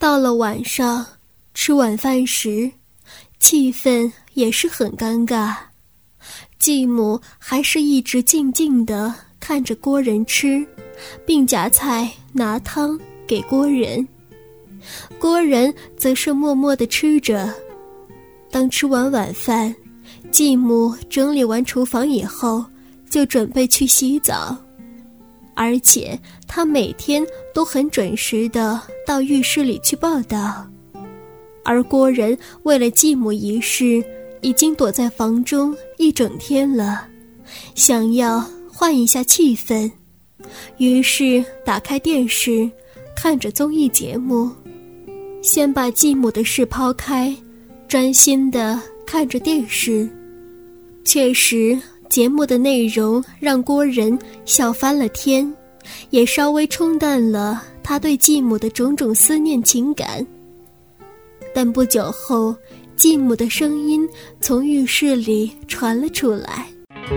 到了晚上，吃晚饭时，气氛也是很尴尬。继母还是一直静静地看着郭人吃，并夹菜拿汤给郭人。郭人则是默默地吃着。当吃完晚饭，继母整理完厨房以后，就准备去洗澡。而且他每天都很准时地到浴室里去报道。而郭人为了继母一事，已经躲在房中一整天了，想要换一下气氛，于是打开电视，看着综艺节目。先把继母的事抛开，专心地看着电视。确实，节目的内容让郭人笑翻了天，也稍微冲淡了他对继母的种种思念情感。但不久后，继母的声音从浴室里传了出来。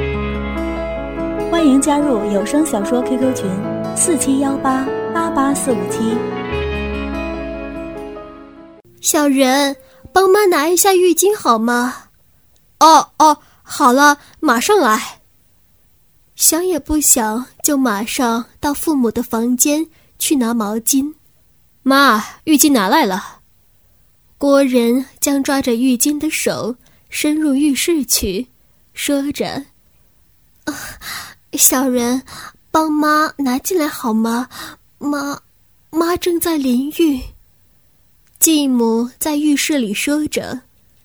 欢迎加入有声小说 QQ 群4718884457。 小人，帮妈拿一下浴巾好吗？哦，好了，马上来。想也不想，就马上到父母的房间去拿毛巾。妈，浴巾拿来了。郭人将抓着浴巾的手伸入浴室去，说着：“小人，帮妈拿进来好吗？妈正在淋浴。”继母在浴室里说着：“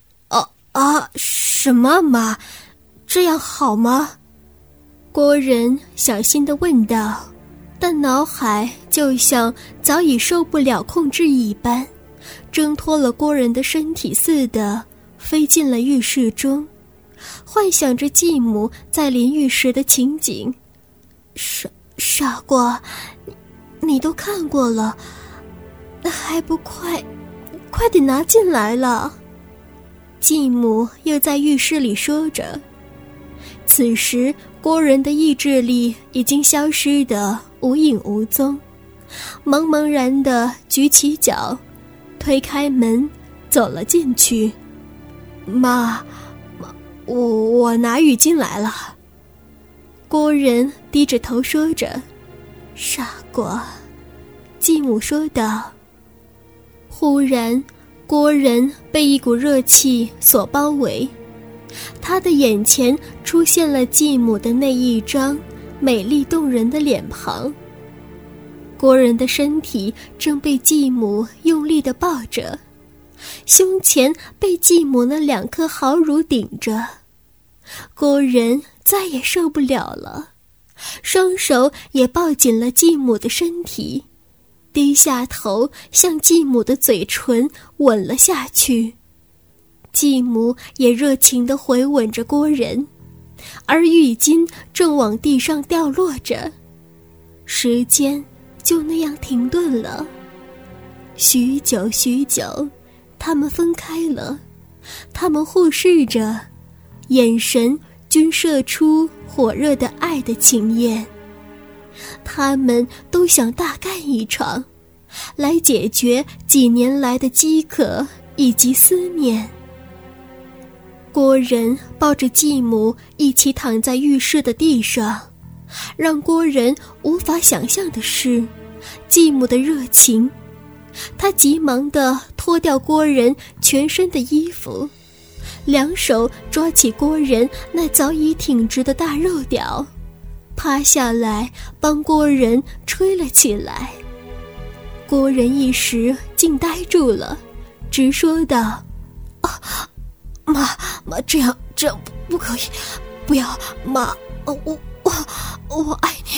什么妈？这样好吗？”郭人小心地问道，但脑海就像早已受不了控制一般，挣脱了郭人的身体似的，飞进了浴室中，幻想着继母在淋浴时的情景。傻瓜，你都看过了，还不快点拿进来了。继母又在浴室里说着。此时郭人的意志力已经消失得无影无踪，茫茫然地举起脚，推开门走了进去。妈，我拿浴巾来了。郭人低着头说着。傻瓜，继母说道。忽然郭人被一股热气所包围，他的眼前出现了继母的那一张美丽动人的脸庞。郭人的身体正被继母用力地抱着，胸前被继母那2颗好乳顶着。郭人再也受不了了，双手也抱紧了继母的身体，低下头向继母的嘴唇吻了下去。继母也热情地回吻着郭人，而浴巾正往地上掉落着，时间就那样停顿了。许久，他们分开了，他们互视着，眼神均射出火热的爱的情焰。他们都想大干一场，来解决几年来的饥渴以及思念。郭人抱着继母一起躺在浴室的地上，让郭人无法想象的是继母的热情。他急忙地脱掉郭人全身的衣服，两手抓起郭人那早已挺直的大肉屌，趴下来帮郭人吹了起来。郭人一时竟呆住了，直说道：“妈，这样不可以，不要，妈，我爱你。”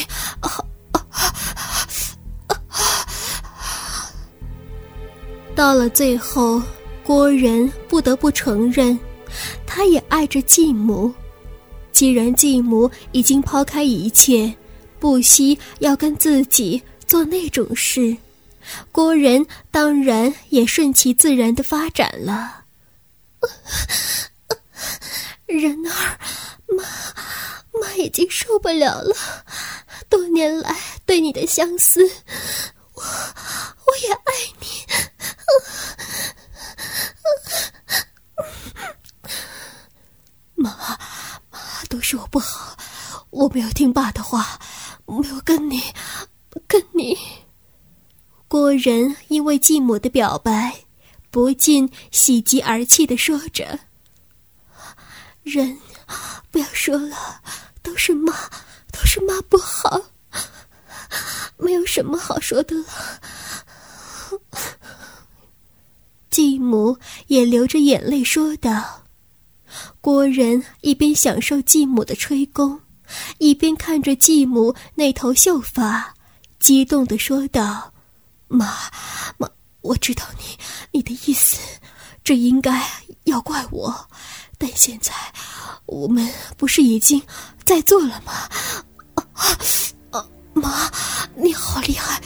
到了最后，郭人不得不承认，他也爱着继母。既然继母已经抛开一切，不惜要跟自己做那种事，郭人当然也顺其自然地发展了。人儿，妈已经受不了了，多年来对你的相思，我也爱你。 是我不好，我没有听爸的话，没有跟你。郭仁因为继母的表白，不禁喜极而泣地说着：仁，不要说了，都是妈不好，没有什么好说的了。继母也流着眼泪说道。郭仁一边享受继母的吹弓，一边看着继母那头秀发，激动地说道：妈，我知道你的意思，这应该要怪我，但现在我们不是已经在做了吗？妈，你好厉害！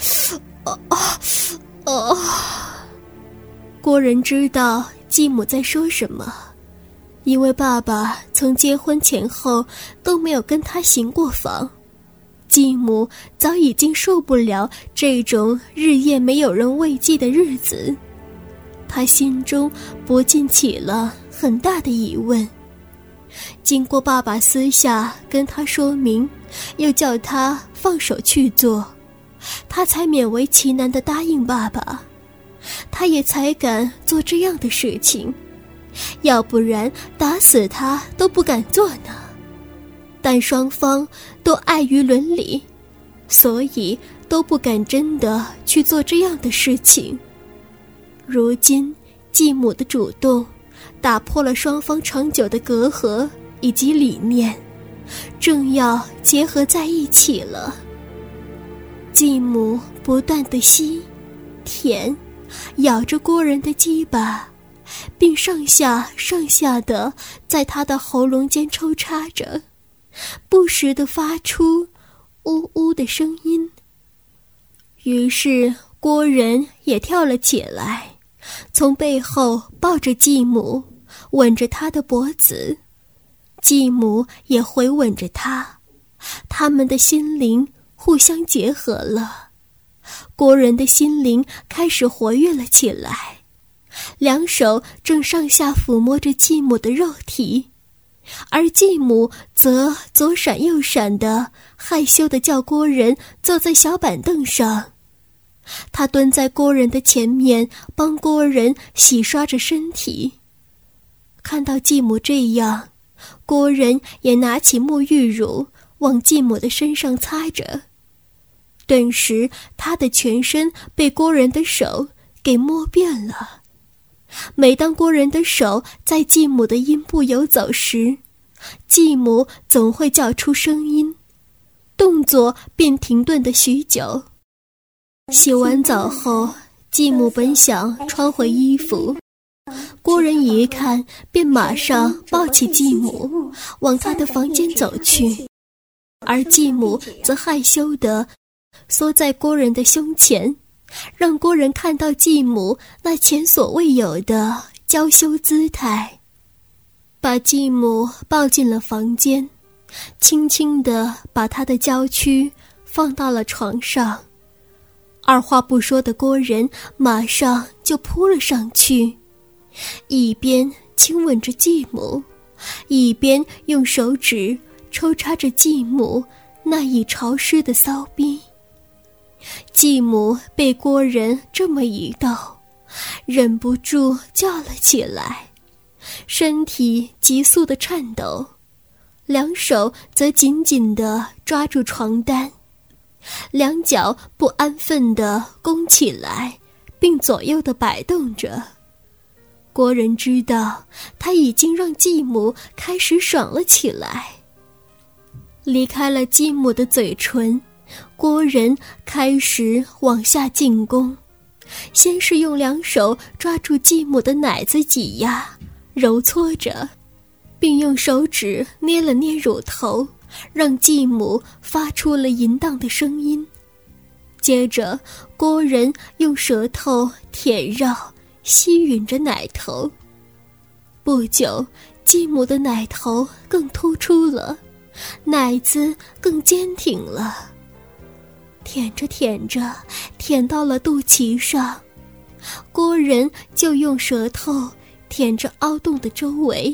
郭仁知道继母在说什么，因为爸爸从结婚前后都没有跟他行过房，继母早已经受不了这种日夜没有人慰藉的日子，他心中不禁起了很大的疑问。经过爸爸私下跟他说明，又叫他放手去做，他才勉为其难地答应爸爸，他也才敢做这样的事情，要不然打死他都不敢做呢。但双方都碍于伦理，所以都不敢真的去做这样的事情。如今继母的主动打破了双方长久的隔阂以及理念，正要结合在一起了。继母不断地吸、舔、咬着郭仁的鸡巴，并上下的在他的喉咙间抽插着，不时地发出呜呜的声音。于是郭仁也跳了起来，从背后抱着继母，吻着她的脖子，继母也回吻着他，他们的心灵互相结合了。郭仁的心灵开始活跃了起来，两手正上下抚摸着继母的肉体，而继母则左闪右闪的害羞地叫郭仁坐在小板凳上。他蹲在郭仁的前面，帮郭仁洗刷着身体。看到继母这样，郭仁也拿起沐浴乳往继母的身上擦着。顿时他的全身被郭仁的手给摸遍了。每当郭仁的手在继母的阴部游走时，继母总会叫出声音，动作便停顿了许久。洗完澡后，继母本想穿回衣服，郭仁一看便马上抱起继母往他的房间走去，而继母则害羞地缩在郭仁的胸前，让郭仁看到继母那前所未有的娇羞姿态。把继母抱进了房间，轻轻地把她的娇躯放到了床上。二话不说的郭仁马上就扑了上去，一边亲吻着继母，一边用手指抽插着继母那已潮湿的骚逼。继母被郭仁这么一逗，忍不住叫了起来，身体急速地颤抖，两手则紧紧地抓住床单，两脚不安分地弓起来，并左右地摆动着。郭仁知道他已经让继母开始爽了起来。离开了继母的嘴唇，郭仁开始往下进攻，先是用两手抓住继母的奶子挤压揉搓着，并用手指捏了捏乳头，让继母发出了淫荡的声音。接着郭仁用舌头舔绕吸吮着奶头，不久继母的奶头更突出了，奶子更坚挺了。舔着舔着，舔到了肚脐上，郭仁就用舌头舔着凹洞的周围，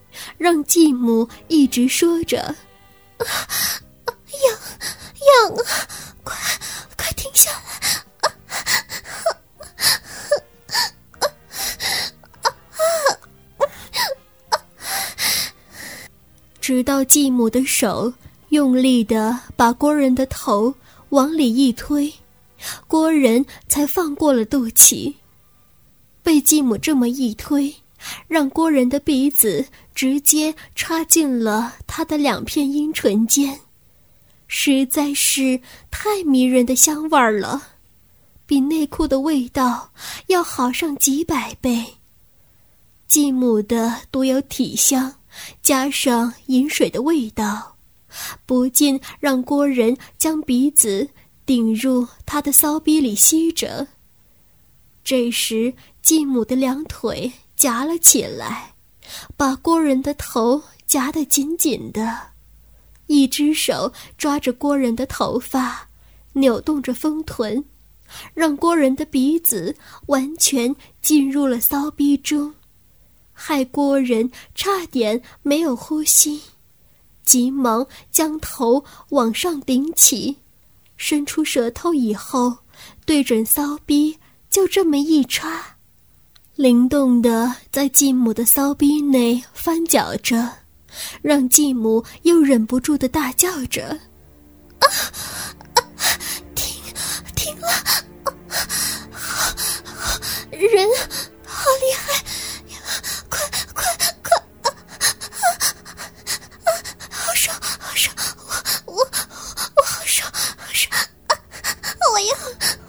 让继母一直说着：“痒啊，快停下来！”直到继母的手用力地把郭人的头往里一推，郭人才放过了肚脐。被继母这么一推，让郭人的鼻子直接插进了他的2片阴唇间，实在是太迷人的香味儿了，比内裤的味道要好上几百倍。继母的独有体香加上饮水的味道，不禁让郭人将鼻子顶入他的骚逼里吸着。这时继母的2腿夹了起来，把郭人的头夹得紧紧的，一只手抓着郭人的头发，扭动着丰臀，让郭人的鼻子完全进入了骚逼中，害郭人差点没有呼吸，急忙将头往上顶起，伸出舌头以后，对准骚逼就这么一插，灵动地在继母的骚逼内翻搅着，让继母又忍不住地大叫着：“停了！人好厉害！快！好爽！我好爽！我要！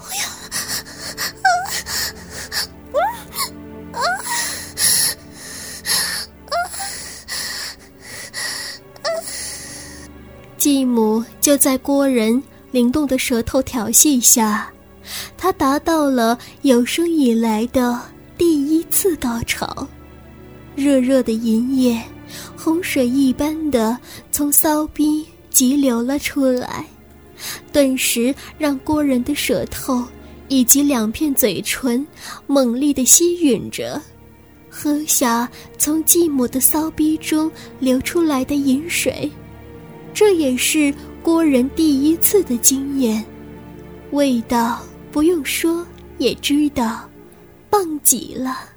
继母就在郭人灵动的舌头调戏下，他达到了有生以来的第1次高潮，热热的银液洪水一般的从骚逼急流了出来，顿时让郭人的舌头以及2片嘴唇猛力地吸吮着，喝下从继母的骚逼中流出来的饮水。这也是郭人第1次的经验，味道不用说也知道，棒极了。